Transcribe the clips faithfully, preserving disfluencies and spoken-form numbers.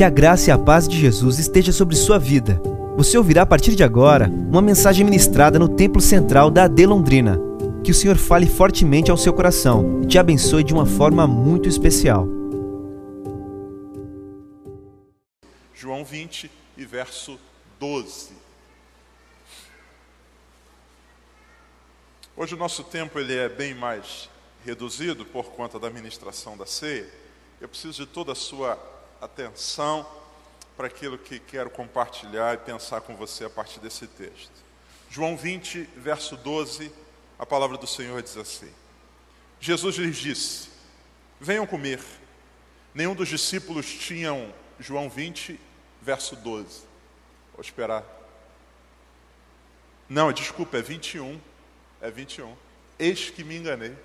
Que a graça e a paz de Jesus esteja sobre sua vida. Você ouvirá a partir de agora uma mensagem ministrada no Templo Central da A D Londrina. Que o Senhor fale fortemente ao seu coração e te abençoe de uma forma muito especial. João vinte e verso doze. Hoje o nosso tempo ele é bem mais reduzido por conta da ministração da ceia. Eu preciso de toda a sua atenção para aquilo que quero compartilhar e pensar com você a partir desse texto. João vinte, verso doze, a palavra do Senhor diz assim: Jesus lhes disse: venham comer. Nenhum dos discípulos tinham, João vinte, verso doze. Vou esperar. Não, desculpa, é vinte e um. É vinte e um. Eis que me enganei.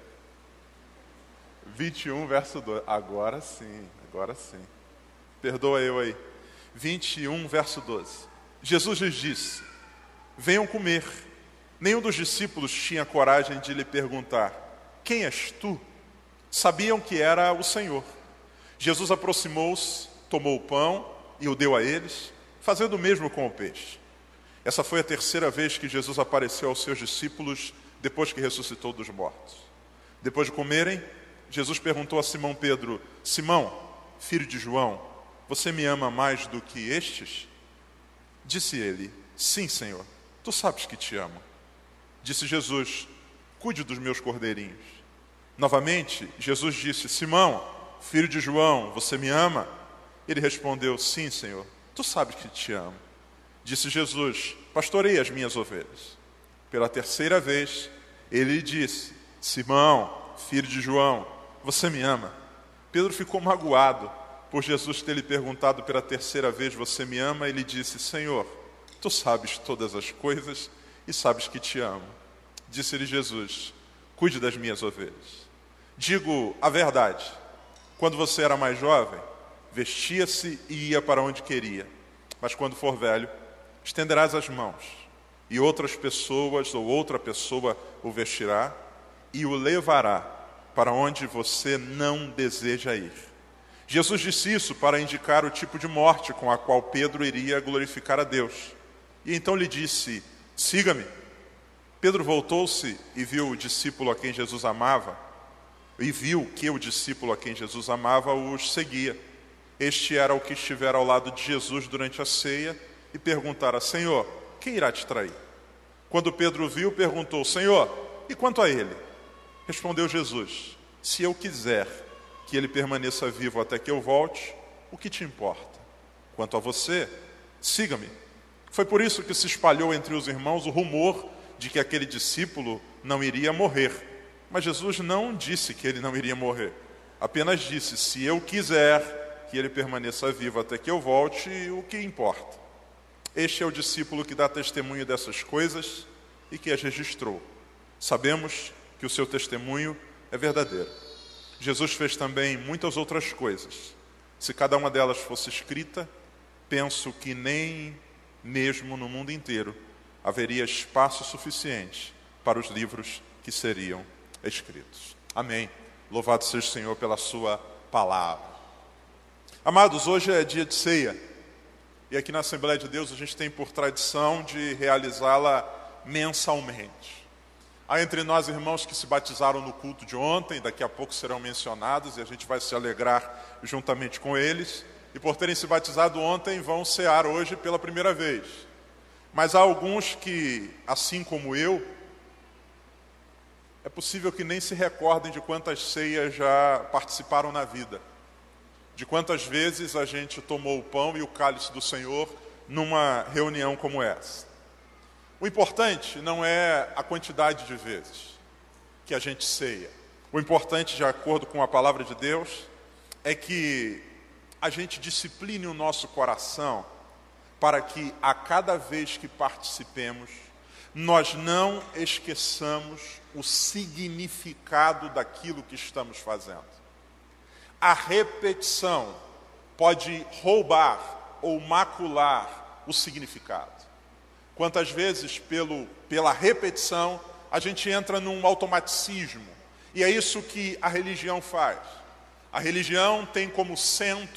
vinte e um, verso doze. Agora sim, agora sim. Perdoa eu aí. vinte e um, verso doze. Jesus lhes disse: venham comer. Nenhum dos discípulos tinha coragem de lhe perguntar: quem és tu? Sabiam que era o Senhor. Jesus aproximou-se, tomou o pão e o deu a eles, fazendo o mesmo com o peixe. Essa foi a terceira vez que Jesus apareceu aos seus discípulos depois que ressuscitou dos mortos. Depois de comerem, Jesus perguntou a Simão Pedro: Simão, filho de João, você me ama mais do que estes? Disse ele: sim, Senhor, tu sabes que te amo. Disse Jesus: cuide dos meus cordeirinhos. Novamente, Jesus disse: Simão, filho de João, você me ama? Ele respondeu: sim, Senhor, tu sabes que te amo. Disse Jesus: pastorei as minhas ovelhas. Pela terceira vez, ele lhe disse: Simão, filho de João, você me ama? Pedro ficou magoado por Jesus ter lhe perguntado pela terceira vez: você me ama? Ele disse: Senhor, tu sabes todas as coisas e sabes que te amo. Disse-lhe Jesus: cuide das minhas ovelhas. Digo a verdade, quando você era mais jovem, vestia-se e ia para onde queria. Mas quando for velho, estenderás as mãos, e outras pessoas ou outra pessoa o vestirá e o levará para onde você não deseja ir. Jesus disse isso para indicar o tipo de morte com a qual Pedro iria glorificar a Deus. E então lhe disse: siga-me. Pedro voltou-se e viu o discípulo a quem Jesus amava, e viu que o discípulo a quem Jesus amava os seguia. Este era o que estivera ao lado de Jesus durante a ceia e perguntara: Senhor, quem irá te trair? Quando Pedro viu, perguntou: Senhor, e quanto a ele? Respondeu Jesus: se eu quiser que ele permaneça vivo até que eu volte, o que te importa? Quanto a você, siga-me. Foi por isso que se espalhou entre os irmãos o rumor de que aquele discípulo não iria morrer. Mas Jesus não disse que ele não iria morrer. Apenas disse: se eu quiser que ele permaneça vivo até que eu volte, o que importa? Este é o discípulo que dá testemunho dessas coisas e que as registrou. Sabemos que o seu testemunho é verdadeiro. Jesus fez também muitas outras coisas. Se cada uma delas fosse escrita, penso que nem mesmo no mundo inteiro haveria espaço suficiente para os livros que seriam escritos. Amém. Louvado seja o Senhor pela sua palavra. Amados, hoje é dia de ceia. E aqui na Assembleia de Deus a gente tem por tradição de realizá-la mensalmente. Há entre nós irmãos que se batizaram no culto de ontem, daqui a pouco serão mencionados e a gente vai se alegrar juntamente com eles. E por terem se batizado ontem, vão cear hoje pela primeira vez. Mas há alguns que, assim como eu, é possível que nem se recordem de quantas ceias já participaram na vida. De quantas vezes a gente tomou o pão e o cálice do Senhor numa reunião como essa. O importante não é a quantidade de vezes que a gente ceia. O importante, de acordo com a palavra de Deus, é que a gente discipline o nosso coração para que a cada vez que participemos, nós não esqueçamos o significado daquilo que estamos fazendo. A repetição pode roubar ou macular o significado. Quantas vezes, pelo, pela repetição, a gente entra num automaticismo. E é isso que a religião faz. A religião tem como centro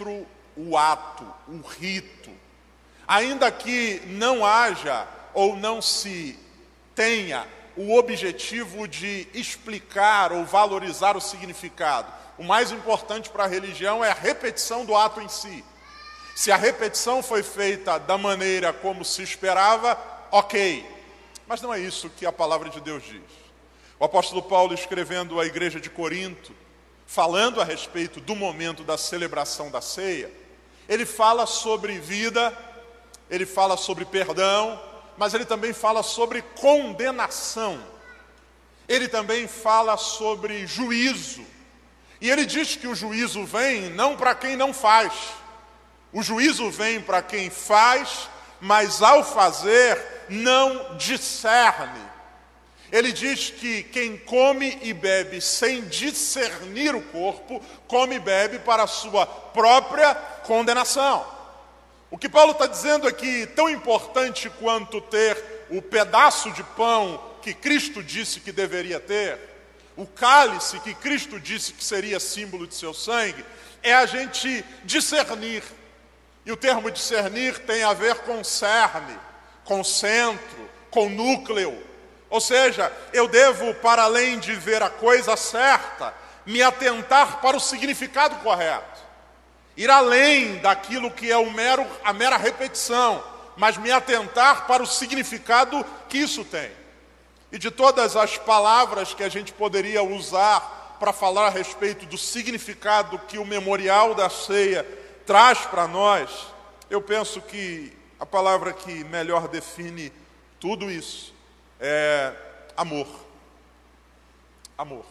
o ato, o rito, ainda que não haja ou não se tenha o objetivo de explicar ou valorizar o significado, o mais importante para a religião é a repetição do ato em si. Se a repetição foi feita da maneira como se esperava, ok. Mas não é isso que a palavra de Deus diz. O apóstolo Paulo, escrevendo à igreja de Corinto, falando a respeito do momento da celebração da ceia, ele fala sobre vida, ele fala sobre perdão, mas ele também fala sobre condenação. Ele também fala sobre juízo. E ele diz que o juízo vem não para quem não faz. O juízo vem para quem faz, mas ao fazer não discerne. Ele diz que quem come e bebe sem discernir o corpo, come e bebe para a sua própria condenação. O que Paulo está dizendo é que tão importante quanto ter o pedaço de pão que Cristo disse que deveria ter, o cálice que Cristo disse que seria símbolo de seu sangue, é a gente discernir. E o termo discernir tem a ver com cerne, com centro, com núcleo. Ou seja, eu devo, para além de ver a coisa certa, me atentar para o significado correto. Ir além daquilo que é o mero, a mera repetição, mas me atentar para o significado que isso tem. E de todas as palavras que a gente poderia usar para falar a respeito do significado que o memorial da ceia traz para nós, eu penso que a palavra que melhor define tudo isso é amor. Amor.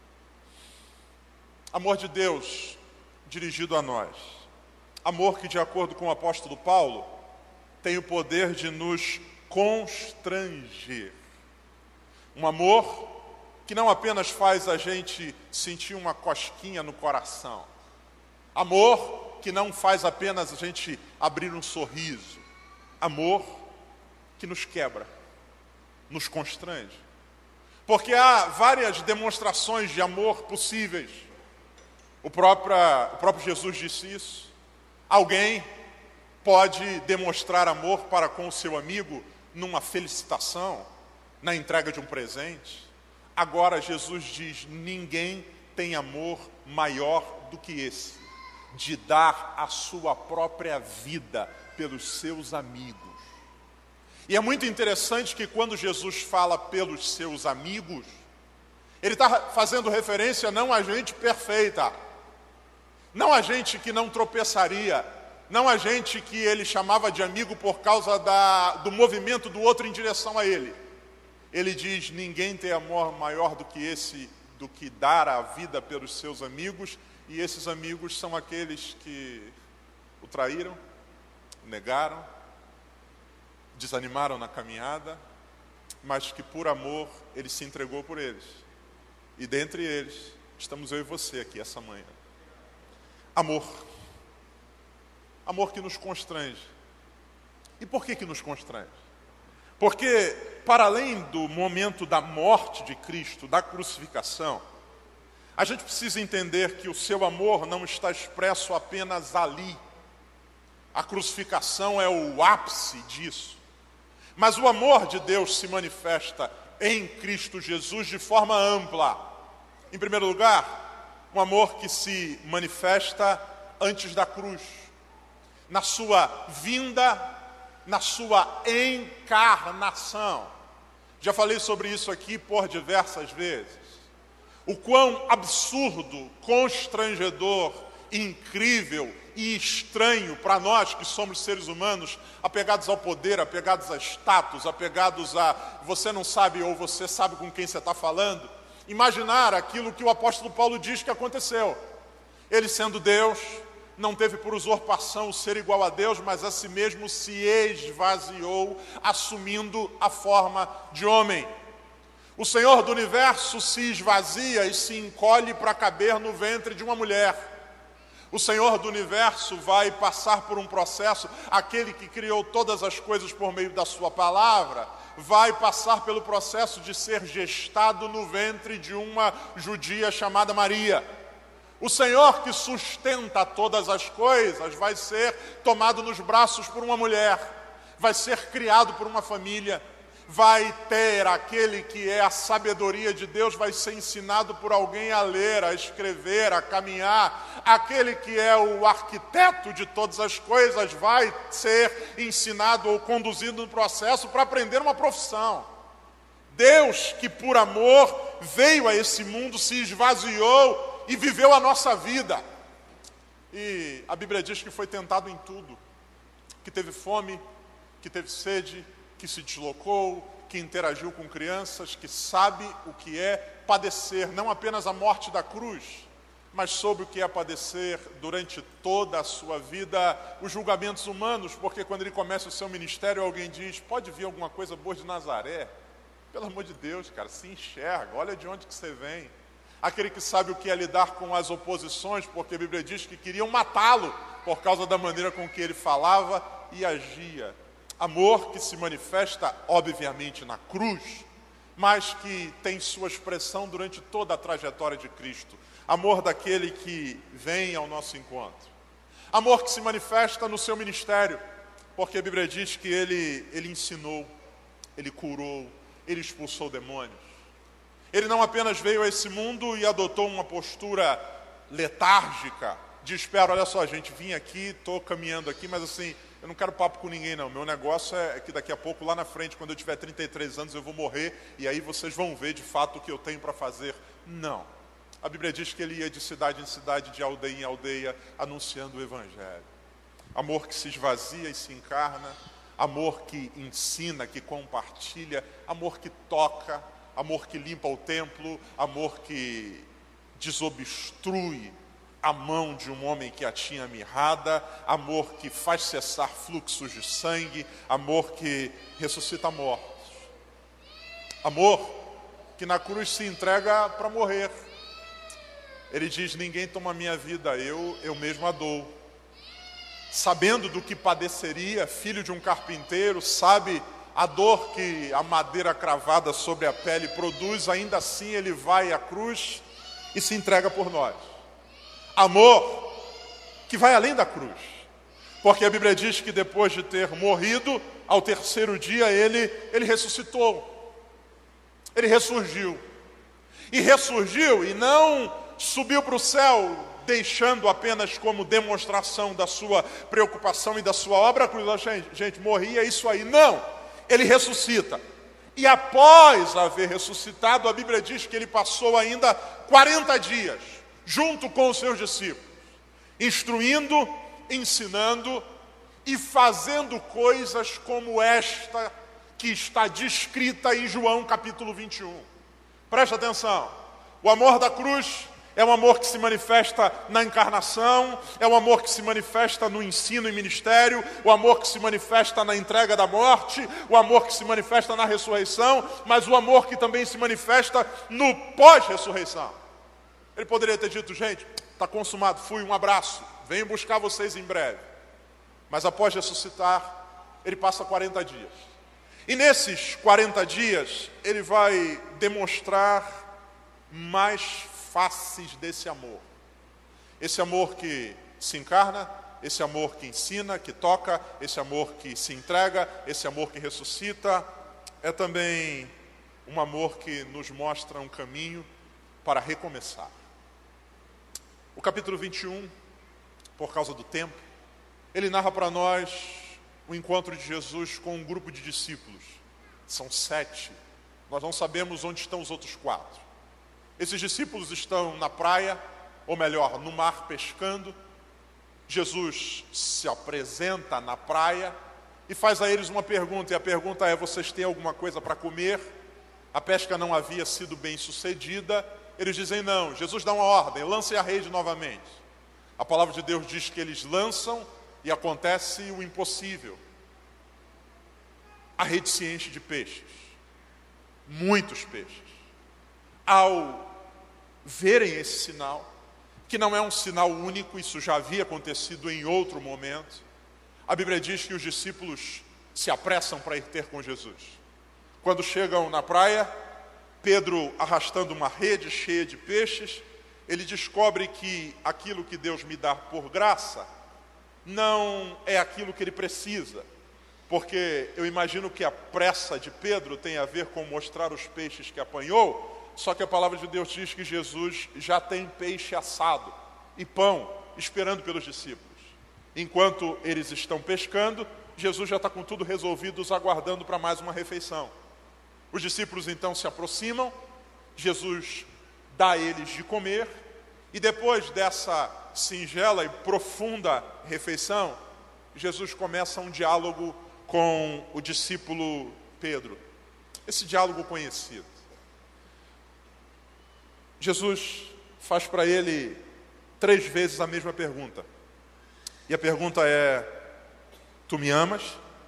Amor de Deus dirigido a nós. Amor que, de acordo com o apóstolo Paulo, tem o poder de nos constranger. Um amor que não apenas faz a gente sentir uma cosquinha no coração. Amor que não faz apenas a gente abrir um sorriso. Amor que nos quebra, nos constrange. Porque há várias demonstrações de amor possíveis. O próprio, o próprio Jesus disse isso. Alguém pode demonstrar amor para com o seu amigo numa felicitação, na entrega de um presente. Agora Jesus diz, ninguém tem amor maior do que esse, de dar a sua própria vida pelos seus amigos. E é muito interessante que quando Jesus fala pelos seus amigos, ele está fazendo referência não a gente perfeita, não a gente que não tropeçaria, não a gente que ele chamava de amigo por causa da, do movimento do outro em direção a ele. Ele diz, ninguém tem amor maior do que esse, do que dar a vida pelos seus amigos, e esses amigos são aqueles que o traíram, negaram, desanimaram na caminhada, mas que por amor ele se entregou por eles. E dentre eles, estamos eu e você aqui essa manhã. Amor. Amor que nos constrange. E por que que nos constrange? Porque, para além do momento da morte de Cristo, da crucificação, a gente precisa entender que o seu amor não está expresso apenas ali. A crucificação é o ápice disso. Mas o amor de Deus se manifesta em Cristo Jesus de forma ampla. Em primeiro lugar, um amor que se manifesta antes da cruz, na sua vinda, na sua encarnação. Já falei sobre isso aqui por diversas vezes. O quão absurdo, constrangedor, incrível e estranho para nós que somos seres humanos, apegados ao poder, apegados a status, apegados a você não sabe ou você sabe com quem você está falando, imaginar aquilo que o apóstolo Paulo diz que aconteceu. Ele, sendo Deus, não teve por usurpação o ser igual a Deus, mas a si mesmo se esvaziou, assumindo a forma de homem. O Senhor do universo se esvazia e se encolhe para caber no ventre de uma mulher. O Senhor do universo vai passar por um processo, aquele que criou todas as coisas por meio da sua palavra, vai passar pelo processo de ser gestado no ventre de uma judia chamada Maria. O Senhor que sustenta todas as coisas vai ser tomado nos braços por uma mulher, vai ser criado por uma família, vai ter aquele que é a sabedoria de Deus, vai ser ensinado por alguém a ler, a escrever, a caminhar. Aquele que é o arquiteto de todas as coisas vai ser ensinado ou conduzido no processo para aprender uma profissão. Deus que por amor veio a esse mundo, se esvaziou e viveu a nossa vida. E a Bíblia diz que foi tentado em tudo, que teve fome, que teve sede, que se deslocou, que interagiu com crianças, que sabe o que é padecer, não apenas a morte da cruz, mas sobre o que é padecer durante toda a sua vida, os julgamentos humanos, porque quando ele começa o seu ministério, alguém diz, pode vir alguma coisa boa de Nazaré? Pelo amor de Deus, cara, se enxerga, olha de onde que você vem. Aquele que sabe o que é lidar com as oposições, porque a Bíblia diz que queriam matá-lo por causa da maneira com que ele falava e agia. Amor que se manifesta, obviamente, na cruz, mas que tem sua expressão durante toda a trajetória de Cristo. Amor daquele que vem ao nosso encontro. Amor que se manifesta no seu ministério, porque a Bíblia diz que ele, ele ensinou, ele curou, ele expulsou demônios. Ele não apenas veio a esse mundo e adotou uma postura letárgica, de espera, olha só, gente, vim aqui, estou caminhando aqui, mas assim, eu não quero papo com ninguém não, meu negócio é que daqui a pouco, lá na frente, quando eu tiver trinta e três anos, eu vou morrer, e aí vocês vão ver de fato o que eu tenho para fazer. Não. A Bíblia diz que ele ia de cidade em cidade, de aldeia em aldeia, anunciando o Evangelho. Amor que se esvazia e se encarna, amor que ensina, que compartilha, amor que toca, amor que limpa o templo, amor que desobstrui a mão de um homem que a tinha mirrada, amor que faz cessar fluxos de sangue, amor que ressuscita mortos. Amor que na cruz se entrega para morrer. Ele diz, ninguém toma minha vida, eu, eu mesmo a dou. Sabendo do que padeceria, filho de um carpinteiro, sabe a dor que a madeira cravada sobre a pele produz, ainda assim ele vai à cruz e se entrega por nós. Amor que vai além da cruz, porque a Bíblia diz que depois de ter morrido, ao terceiro dia ele, ele ressuscitou, ele ressurgiu, e ressurgiu e não subiu para o céu, deixando apenas como demonstração da sua preocupação e da sua obra a cruz. Gente, gente, morria isso aí, não, ele ressuscita, e após haver ressuscitado, a Bíblia diz que ele passou ainda quarenta dias, junto com os seus discípulos, instruindo, ensinando e fazendo coisas como esta que está descrita em João capítulo vinte e um. Presta atenção, o amor da cruz é um amor que se manifesta na encarnação, é um amor que se manifesta no ensino e ministério, o amor que se manifesta na entrega da morte, o amor que se manifesta na ressurreição, mas o amor que também se manifesta no pós-ressurreição. Ele poderia ter dito, gente, está consumado, fui, um abraço, venho buscar vocês em breve. Mas após ressuscitar, ele passa quarenta dias. E nesses quarenta dias, ele vai demonstrar mais faces desse amor. Esse amor que se encarna, esse amor que ensina, que toca, esse amor que se entrega, esse amor que ressuscita, é também um amor que nos mostra um caminho para recomeçar. O capítulo vinte e um, por causa do tempo, ele narra para nós o encontro de Jesus com um grupo de discípulos. São sete. Nós não sabemos onde estão os outros quatro. Esses discípulos estão na praia, ou melhor, no mar pescando. Jesus se apresenta na praia e faz a eles uma pergunta. E a pergunta é, vocês têm alguma coisa para comer? A pesca não havia sido bem sucedida. Eles dizem não. Jesus dá uma ordem, lancem a rede novamente. A palavra de Deus diz que eles lançam e acontece o impossível. A rede se enche de peixes. Muitos peixes. Ao verem esse sinal, que não é um sinal único, isso já havia acontecido em outro momento, a Bíblia diz que os discípulos se apressam para ir ter com Jesus. Quando chegam na praia, Pedro arrastando uma rede cheia de peixes, ele descobre que aquilo que Deus me dá por graça não é aquilo que ele precisa. Porque eu imagino que a pressa de Pedro tem a ver com mostrar os peixes que apanhou, só que a palavra de Deus diz que Jesus já tem peixe assado e pão esperando pelos discípulos. Enquanto eles estão pescando, Jesus já está com tudo resolvido, os aguardando para mais uma refeição. Os discípulos então se aproximam, Jesus dá a eles de comer, e depois dessa singela e profunda refeição, Jesus começa um diálogo com o discípulo Pedro. Esse diálogo conhecido. Jesus faz para ele três vezes a mesma pergunta. E a pergunta é: tu me amas?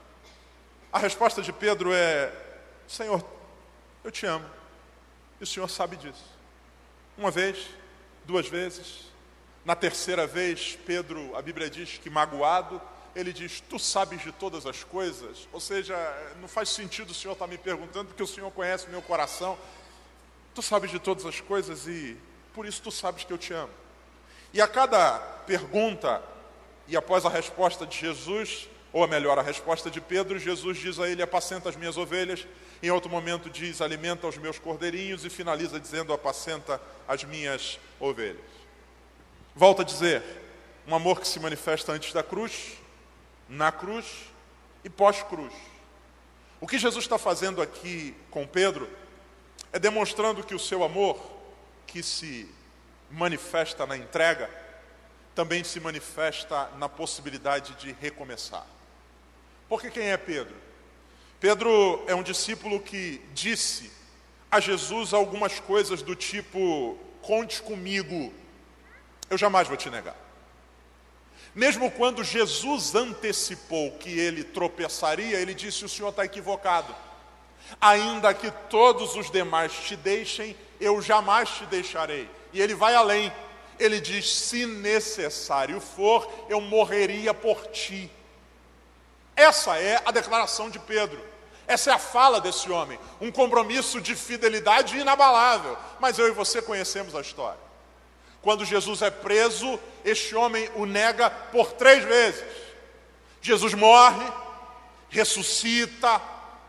A resposta de Pedro é: Senhor, eu te amo. E o Senhor sabe disso. Uma vez, duas vezes. Na terceira vez, Pedro, a Bíblia diz que magoado, ele diz: tu sabes de todas as coisas. Ou seja, não faz sentido o Senhor estar me perguntando, porque o Senhor conhece o meu coração. Tu sabes de todas as coisas e por isso tu sabes que eu te amo. E a cada pergunta, e após a resposta de Jesus, ou melhor, a resposta de Pedro, Jesus diz a ele: apacenta as minhas ovelhas. Em outro momento diz: alimenta os meus cordeirinhos. E finaliza dizendo: apacenta as minhas ovelhas. Volta a dizer, um amor que se manifesta antes da cruz, na cruz e pós-cruz. O que Jesus está fazendo aqui com Pedro é demonstrando que o seu amor, que se manifesta na entrega, também se manifesta na possibilidade de recomeçar. Porque quem é Pedro? Pedro é um discípulo que disse a Jesus algumas coisas do tipo: conte comigo, eu jamais vou te negar. Mesmo quando Jesus antecipou que ele tropeçaria, ele disse: o Senhor está equivocado. Ainda que todos os demais te deixem, eu jamais te deixarei. E ele vai além. Ele diz: se necessário for, eu morreria por ti. Essa é a declaração de Pedro. Essa é a fala desse homem. Um compromisso de fidelidade inabalável. Mas eu e você conhecemos a história. Quando Jesus é preso, este homem o nega por três vezes. Jesus morre, ressuscita.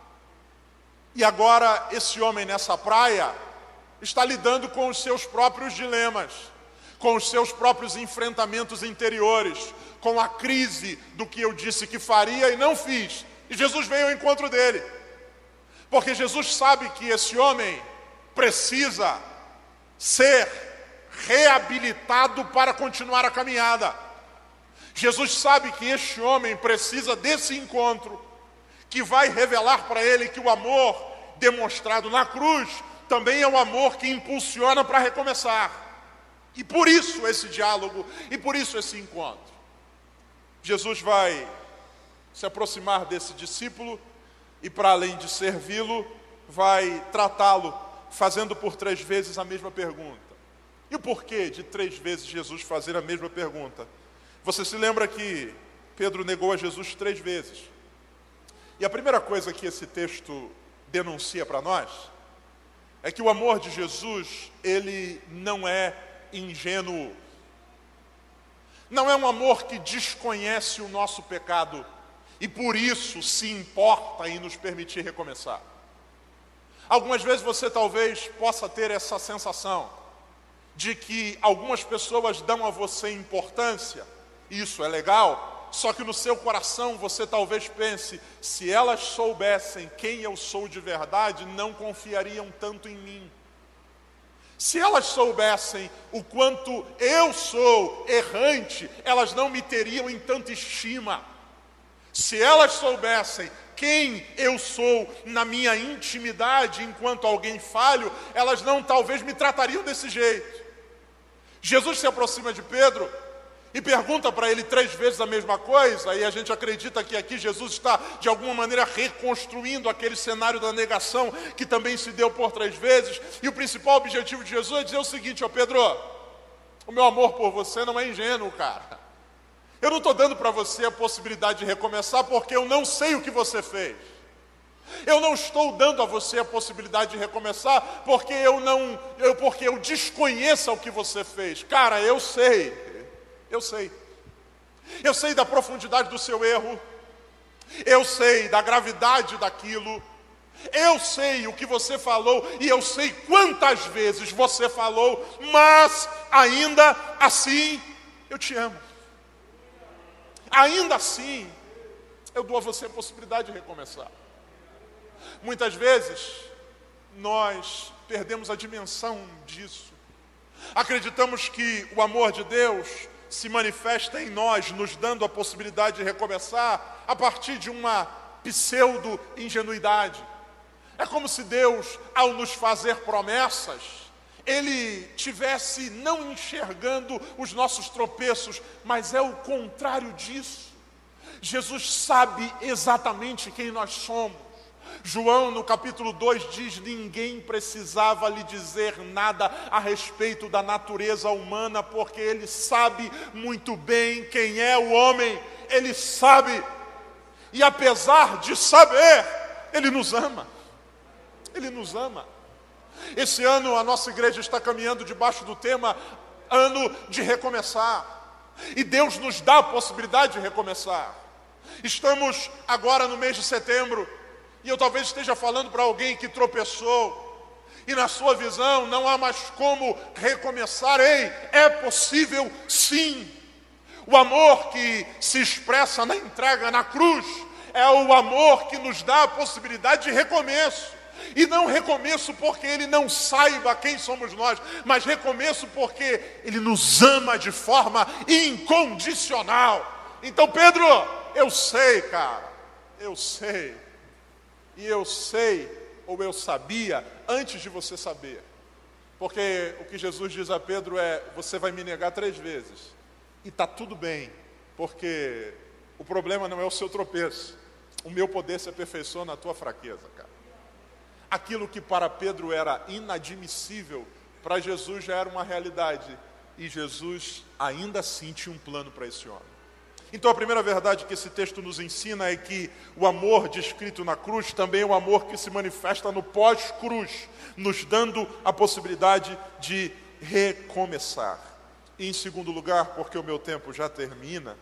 E agora esse homem nessa praia está lidando com os seus próprios dilemas, com os seus próprios enfrentamentos interiores, com a crise do que eu disse que faria e não fiz. E Jesus veio ao encontro dele. Porque Jesus sabe que esse homem precisa ser reabilitado para continuar a caminhada. Jesus sabe que este homem precisa desse encontro, que vai revelar para ele que o amor demonstrado na cruz também é um amor que impulsiona para recomeçar. E por isso esse diálogo, e por isso esse encontro. Jesus vai se aproximar desse discípulo e, para além de servi-lo, vai tratá-lo, fazendo por três vezes a mesma pergunta. E o porquê de três vezes Jesus fazer a mesma pergunta? Você se lembra que Pedro negou a Jesus três vezes. E a primeira coisa que esse texto denuncia para nós é que o amor de Jesus, ele não é ingênuo. Não é um amor que desconhece o nosso pecado e por isso se importa em nos permitir recomeçar. Algumas vezes você talvez possa ter essa sensação de que algumas pessoas dão a você importância, isso é legal, só que no seu coração você talvez pense: se elas soubessem quem eu sou de verdade, não confiariam tanto em mim. Se elas soubessem o quanto eu sou errante, elas não me teriam em tanta estima. Se elas soubessem quem eu sou na minha intimidade enquanto alguém falho, elas não talvez me tratariam desse jeito. Jesus se aproxima de Pedro e pergunta para ele três vezes a mesma coisa, e a gente acredita que aqui Jesus está de alguma maneira reconstruindo aquele cenário da negação que também se deu por três vezes. E o principal objetivo de Jesus é dizer o seguinte: ó Pedro, o meu amor por você não é ingênuo, cara. Eu não estou dando para você a possibilidade de recomeçar porque eu não sei o que você fez. Eu não estou dando a você a possibilidade de recomeçar porque eu não, eu, porque eu desconheça o que você fez. Cara, eu sei, eu sei. Eu sei da profundidade do seu erro. Eu sei da gravidade daquilo. Eu sei o que você falou e eu sei quantas vezes você falou, mas ainda assim eu te amo. Ainda assim, eu dou a você a possibilidade de recomeçar. Muitas vezes, nós perdemos a dimensão disso. Acreditamos que o amor de Deus se manifesta em nós, nos dando a possibilidade de recomeçar a partir de uma pseudo-ingenuidade. É como se Deus, ao nos fazer promessas, Ele tivesse não enxergando os nossos tropeços, mas é o contrário disso. Jesus sabe exatamente quem nós somos. João, no capítulo dois, diz: ninguém precisava lhe dizer nada a respeito da natureza humana, porque Ele sabe muito bem quem é o homem. Ele sabe. E apesar de saber, Ele nos ama. Ele nos ama. Esse ano a nossa igreja está caminhando debaixo do tema Ano de Recomeçar. E Deus nos dá a possibilidade de recomeçar. Estamos agora no mês de setembro. E eu talvez esteja falando para alguém que tropeçou. E na sua visão não há mais como recomeçar. Ei, é possível sim. O amor que se expressa na entrega na cruz é o amor que nos dá a possibilidade de recomeço. E não recomeço porque Ele não saiba quem somos nós, mas recomeço porque Ele nos ama de forma incondicional. Então, Pedro, eu sei, cara, eu sei. E eu sei, ou eu sabia, antes de você saber. Porque o que Jesus diz a Pedro é: você vai me negar três vezes. E está tudo bem, porque o problema não é o seu tropeço. O meu poder se aperfeiçoa na tua fraqueza, cara. Aquilo que para Pedro era inadmissível, para Jesus já era uma realidade. E Jesus ainda assim tinha um plano para esse homem. Então a primeira verdade que esse texto nos ensina é que o amor descrito na cruz também é o amor que se manifesta no pós-cruz, nos dando a possibilidade de recomeçar. E em segundo lugar, porque o meu tempo já termina,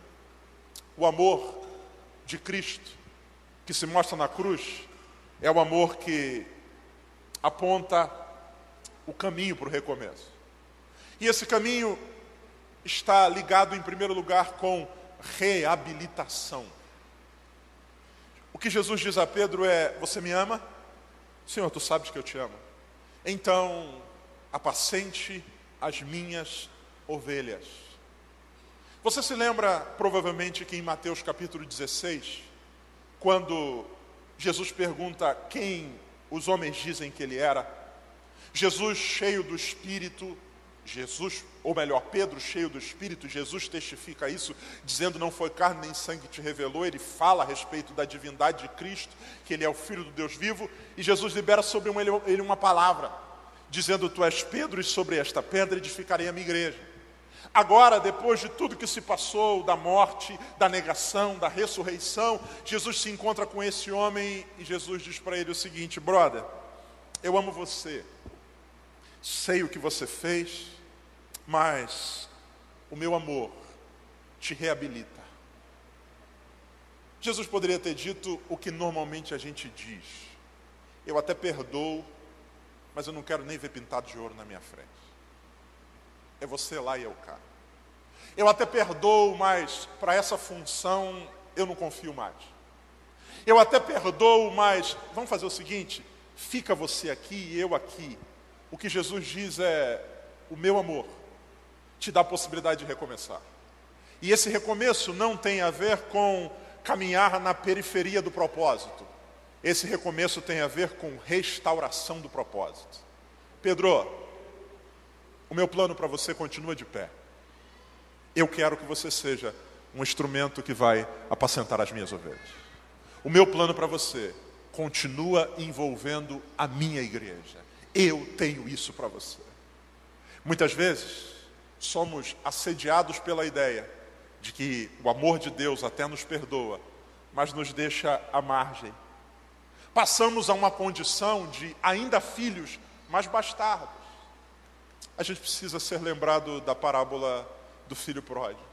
o amor de Cristo que se mostra na cruz é o amor que aponta o caminho para o recomeço. E esse caminho está ligado em primeiro lugar com reabilitação. O que Jesus diz a Pedro é: você me ama? Senhor, tu sabes que eu te amo. Então, apacente as minhas ovelhas. Você se lembra provavelmente que em Mateus capítulo dezesseis, quando Jesus pergunta quem os homens dizem que ele era, Jesus cheio do Espírito, Jesus, ou melhor, Pedro cheio do Espírito, Jesus testifica isso, dizendo: não foi carne nem sangue que te revelou. Ele fala a respeito da divindade de Cristo, que Ele é o Filho do Deus vivo, e Jesus libera sobre ele uma palavra, dizendo: tu és Pedro, e sobre esta pedra edificarei a minha igreja. Agora, depois de tudo que se passou, da morte, da negação, da ressurreição, Jesus se encontra com esse homem e Jesus diz para ele o seguinte: brother, eu amo você, sei o que você fez, mas o meu amor te reabilita. Jesus poderia ter dito o que normalmente a gente diz: eu até perdoo, mas eu não quero nem ver pintado de ouro na minha frente. É você lá e eu cá. Eu até perdoo, mas para essa função eu não confio mais. Eu até perdoo, mas vamos fazer o seguinte: fica você aqui e eu aqui. O que Jesus diz é: o meu amor te dá a possibilidade de recomeçar. E esse recomeço não tem a ver com caminhar na periferia do propósito. Esse recomeço tem a ver com restauração do propósito. Pedro, o meu plano para você continua de pé. Eu quero que você seja um instrumento que vai apacentar as minhas ovelhas. O meu plano para você continua envolvendo a minha igreja. Eu tenho isso para você. Muitas vezes somos assediados pela ideia de que o amor de Deus até nos perdoa, mas nos deixa à margem. Passamos a uma condição de ainda filhos, mas bastardos. A gente precisa ser lembrado da parábola do filho pródigo.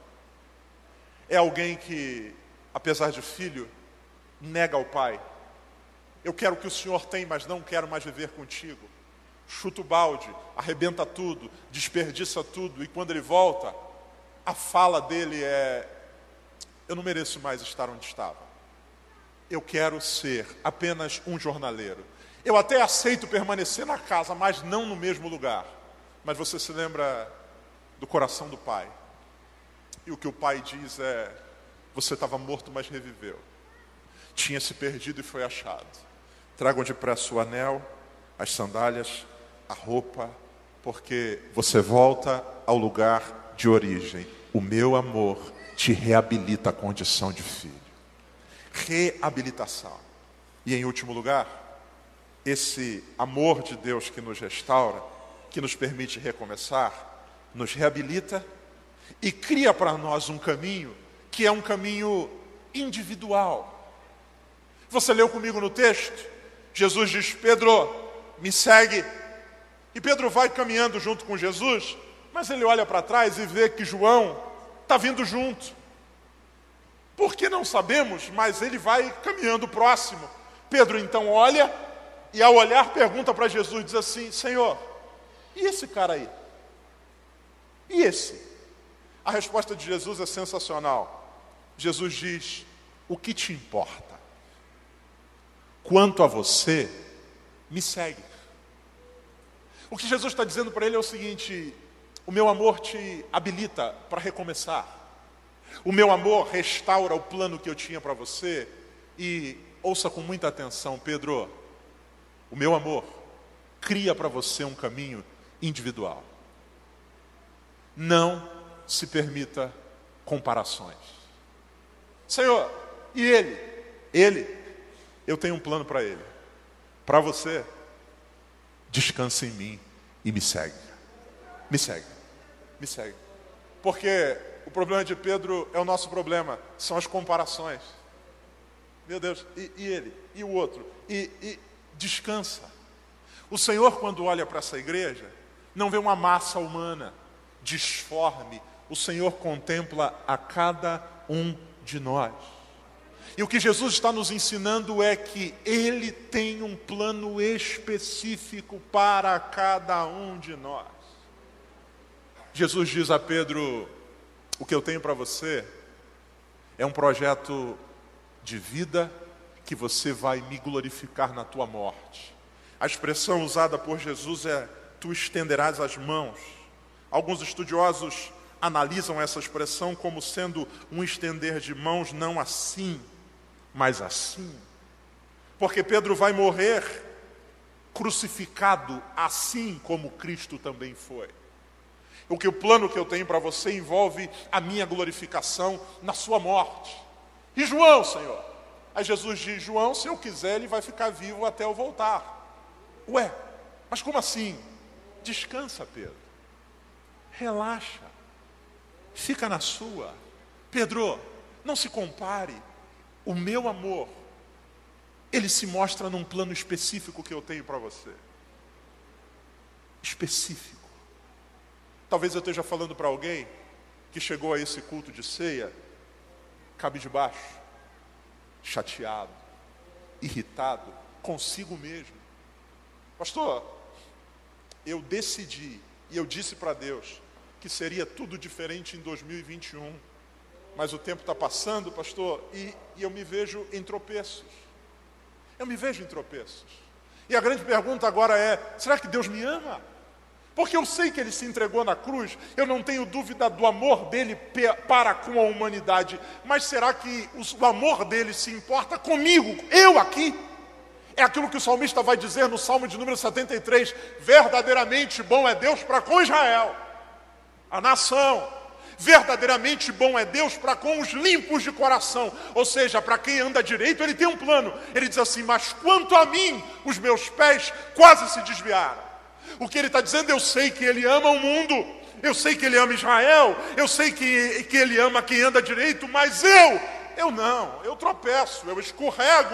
É alguém que, apesar de filho, nega ao pai. Eu quero o que o Senhor tem, mas não quero mais viver contigo. Chuta o balde, arrebenta tudo, desperdiça tudo, e quando ele volta, a fala dele é: eu não mereço mais estar onde estava. Eu quero ser apenas um jornaleiro. Eu até aceito permanecer na casa, mas não no mesmo lugar. Mas você se lembra do coração do pai. E o que o pai diz é: você estava morto, mas reviveu. Tinha se perdido e foi achado. Tragam depressa o anel, as sandálias, a roupa, porque você volta ao lugar de origem. O meu amor te reabilita a condição de filho. Reabilitação. E em último lugar, esse amor de Deus que nos restaura, que nos permite recomeçar, nos reabilita e cria para nós um caminho que é um caminho individual. Você leu comigo no texto? Jesus diz: Pedro, me segue. E Pedro vai caminhando junto com Jesus, mas ele olha para trás e vê que João está vindo junto. Por que não sabemos, mas ele vai caminhando próximo. Pedro então olha e ao olhar pergunta para Jesus, diz assim: Senhor, e esse cara aí? E esse? A resposta de Jesus é sensacional. Jesus diz: o que te importa? Quanto a você, me segue. O que Jesus está dizendo para ele é o seguinte: o meu amor te habilita para recomeçar. O meu amor restaura o plano que eu tinha para você. E ouça com muita atenção, Pedro, o meu amor cria para você um caminho individual. Não se permita comparações. Senhor, e ele? Ele, eu tenho um plano para ele. Para você, descansa em mim e me segue. Me segue, me segue. Porque o problema de Pedro é o nosso problema, são as comparações. Meu Deus, e, e ele? E o outro? E, e descansa. O Senhor, quando olha para essa igreja, não vê uma massa humana disforme. O Senhor contempla a cada um de nós. E o que Jesus está nos ensinando é que Ele tem um plano específico para cada um de nós. Jesus diz a Pedro: o que eu tenho para você é um projeto de vida que você vai me glorificar na tua morte. A expressão usada por Jesus é: tu estenderás as mãos. Alguns estudiosos analisam essa expressão como sendo um estender de mãos não assim, mas assim. Porque Pedro vai morrer crucificado assim como Cristo também foi. O que o plano que eu tenho para você envolve a minha glorificação na sua morte. E João, Senhor? Aí Jesus diz: João, se eu quiser, ele vai ficar vivo até eu voltar. Ué, mas como assim? Descansa, Pedro. Relaxa. Fica na sua. Pedro, não se compare. O meu amor, ele se mostra num plano específico que eu tenho para você. Específico. Talvez eu esteja falando para alguém que chegou a esse culto de ceia cabisbaixo, chateado, irritado consigo mesmo. Pastor, eu decidi e eu disse para Deus que seria tudo diferente em dois mil e vinte e um. Mas o tempo está passando, pastor, e, e eu me vejo em tropeços. Eu me vejo em tropeços. E a grande pergunta agora é: será que Deus me ama? Porque eu sei que Ele se entregou na cruz, eu não tenho dúvida do amor dEle para com a humanidade, mas será que o amor dEle se importa comigo, eu aqui? É aquilo que o salmista vai dizer no Salmo de número setenta e três, verdadeiramente bom é Deus para com Israel, a nação. Verdadeiramente bom é Deus para com os limpos de coração, ou seja, para quem anda direito, Ele tem um plano. Ele diz assim: mas quanto a mim, os meus pés quase se desviaram. O que Ele está dizendo: eu sei que Ele ama o mundo, eu sei que Ele ama Israel, eu sei que, que Ele ama quem anda direito, mas eu, eu não, eu tropeço, eu escorrego,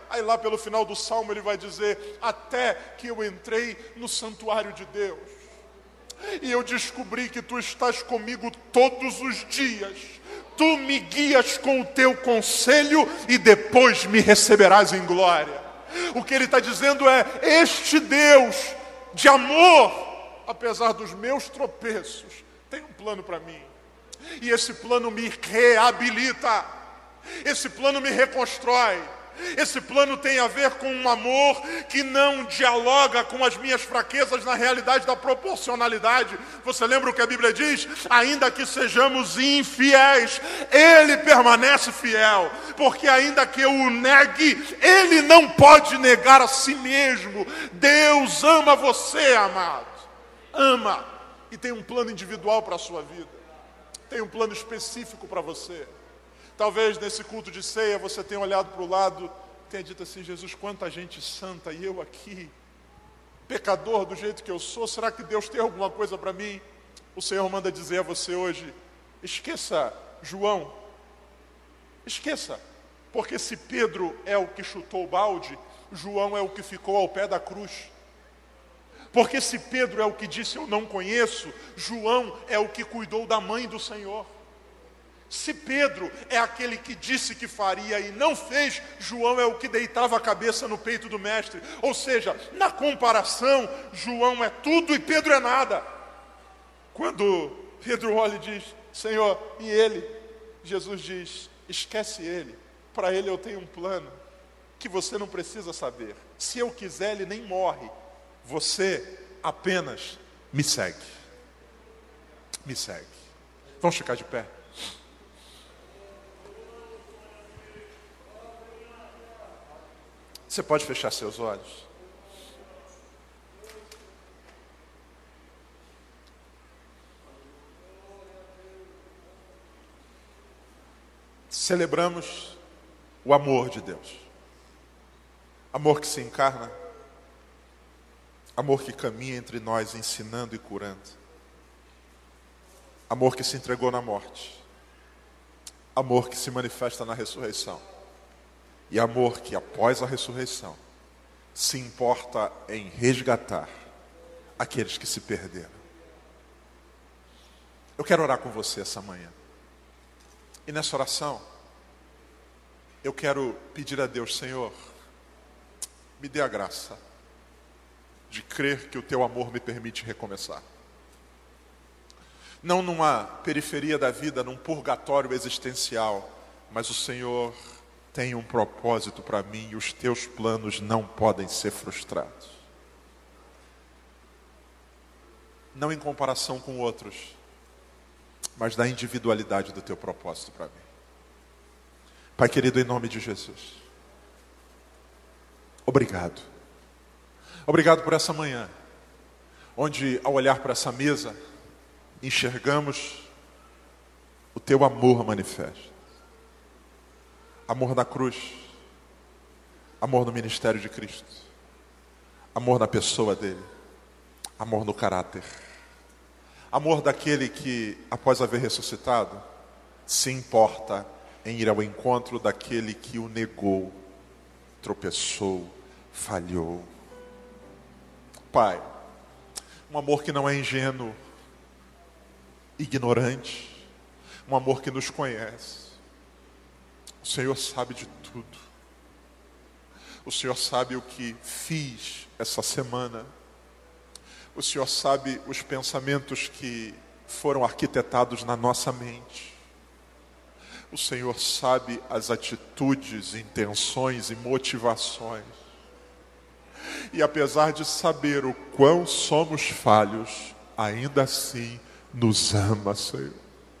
Aí lá pelo final do Salmo ele vai dizer: até que eu entrei no santuário de Deus, e eu descobri que tu estás comigo todos os dias. Tu me guias com o teu conselho e depois me receberás em glória. O que ele está dizendo é: este Deus de amor, apesar dos meus tropeços, tem um plano para mim. E esse plano me reabilita. Esse plano me reconstrói. Esse plano tem a ver com um amor que não dialoga com as minhas fraquezas na realidade da proporcionalidade. Você lembra o que a Bíblia diz? Ainda que sejamos infiéis, Ele permanece fiel. Porque ainda que eu o negue, Ele não pode negar a si mesmo. Deus ama você, amado. Ama. E tem um plano individual para a sua vida. Tem um plano específico para você. Talvez nesse culto de ceia você tenha olhado para o lado e tenha dito assim: Jesus, quanta gente santa e eu aqui, pecador do jeito que eu sou, será que Deus tem alguma coisa para mim? O Senhor manda dizer a você hoje: esqueça João, esqueça, porque se Pedro é o que chutou o balde, João é o que ficou ao pé da cruz. Porque se Pedro é o que disse eu não conheço, João é o que cuidou da mãe do Senhor. Se Pedro é aquele que disse que faria e não fez, João é o que deitava a cabeça no peito do mestre. Ou seja, na comparação, João é tudo e Pedro é nada. Quando Pedro olha e diz: Senhor, e ele? Jesus diz: esquece ele, para ele eu tenho um plano que você não precisa saber. Se eu quiser, ele nem morre. Você apenas me segue. Me segue. Vamos ficar de pé. Você pode fechar seus olhos. Celebramos o amor de Deus. Amor que se encarna. Amor que caminha entre nós ensinando e curando. Amor que se entregou na morte. Amor que se manifesta na ressurreição. E amor que, após a ressurreição, se importa em resgatar aqueles que se perderam. Eu quero orar com você essa manhã. E nessa oração, eu quero pedir a Deus: Senhor, me dê a graça de crer que o teu amor me permite recomeçar. Não numa periferia da vida, num purgatório existencial, mas o Senhor tem um propósito para mim e os teus planos não podem ser frustrados. Não em comparação com outros, mas da individualidade do teu propósito para mim. Pai querido, em nome de Jesus, obrigado. Obrigado por essa manhã, onde ao olhar para essa mesa, enxergamos o teu amor manifesto. Amor na cruz, amor no ministério de Cristo, amor na pessoa dele, amor no caráter, amor daquele que, após haver ressuscitado, se importa em ir ao encontro daquele que o negou, tropeçou, falhou. Pai, um amor que não é ingênuo, ignorante, um amor que nos conhece. O Senhor sabe de tudo. O Senhor sabe o que fiz essa semana. O Senhor sabe os pensamentos que foram arquitetados na nossa mente. O Senhor sabe as atitudes, intenções e motivações. E apesar de saber o quão somos falhos, ainda assim nos ama, Senhor.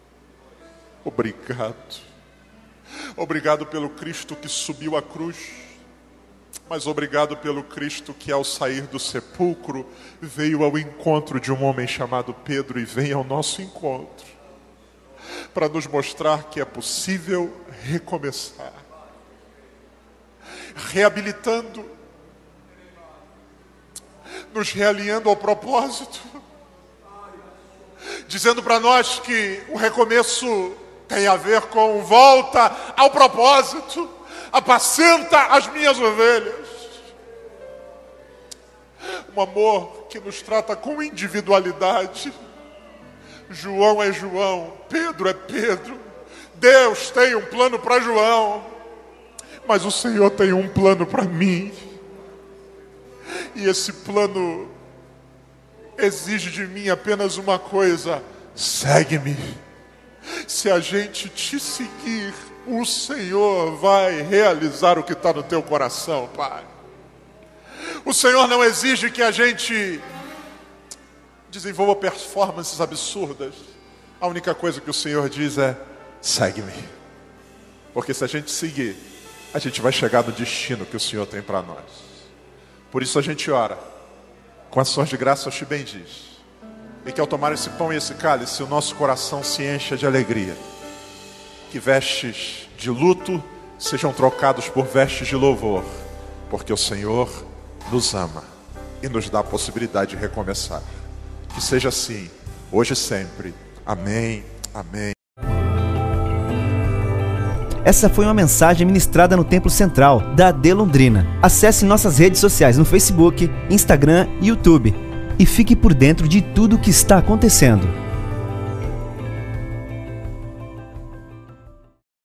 Obrigado. Obrigado pelo Cristo que subiu à cruz, mas obrigado pelo Cristo que, ao sair do sepulcro, veio ao encontro de um homem chamado Pedro e vem ao nosso encontro para nos mostrar que é possível recomeçar, reabilitando, nos realinhando ao propósito, dizendo para nós que o recomeço tem a ver com volta ao propósito, apacenta as minhas ovelhas. Um amor que nos trata com individualidade. João é João, Pedro é Pedro. Deus tem um plano para João, mas o Senhor tem um plano para mim. E esse plano exige de mim apenas uma coisa: segue-me. Se a gente te seguir, o Senhor vai realizar o que está no teu coração, Pai. O Senhor não exige que a gente desenvolva performances absurdas. A única coisa que o Senhor diz é: segue-me. Porque se a gente seguir, a gente vai chegar no destino que o Senhor tem para nós. Por isso a gente ora, com ações de graça te bendiz. E que ao tomar esse pão e esse cálice, o nosso coração se encha de alegria. Que vestes de luto sejam trocados por vestes de louvor. Porque o Senhor nos ama e nos dá a possibilidade de recomeçar. Que seja assim, hoje e sempre. Amém, amém. Essa foi uma mensagem ministrada no Templo Central da A D Londrina. Acesse nossas redes sociais no Facebook, Instagram e YouTube. E fique por dentro de tudo o que está acontecendo.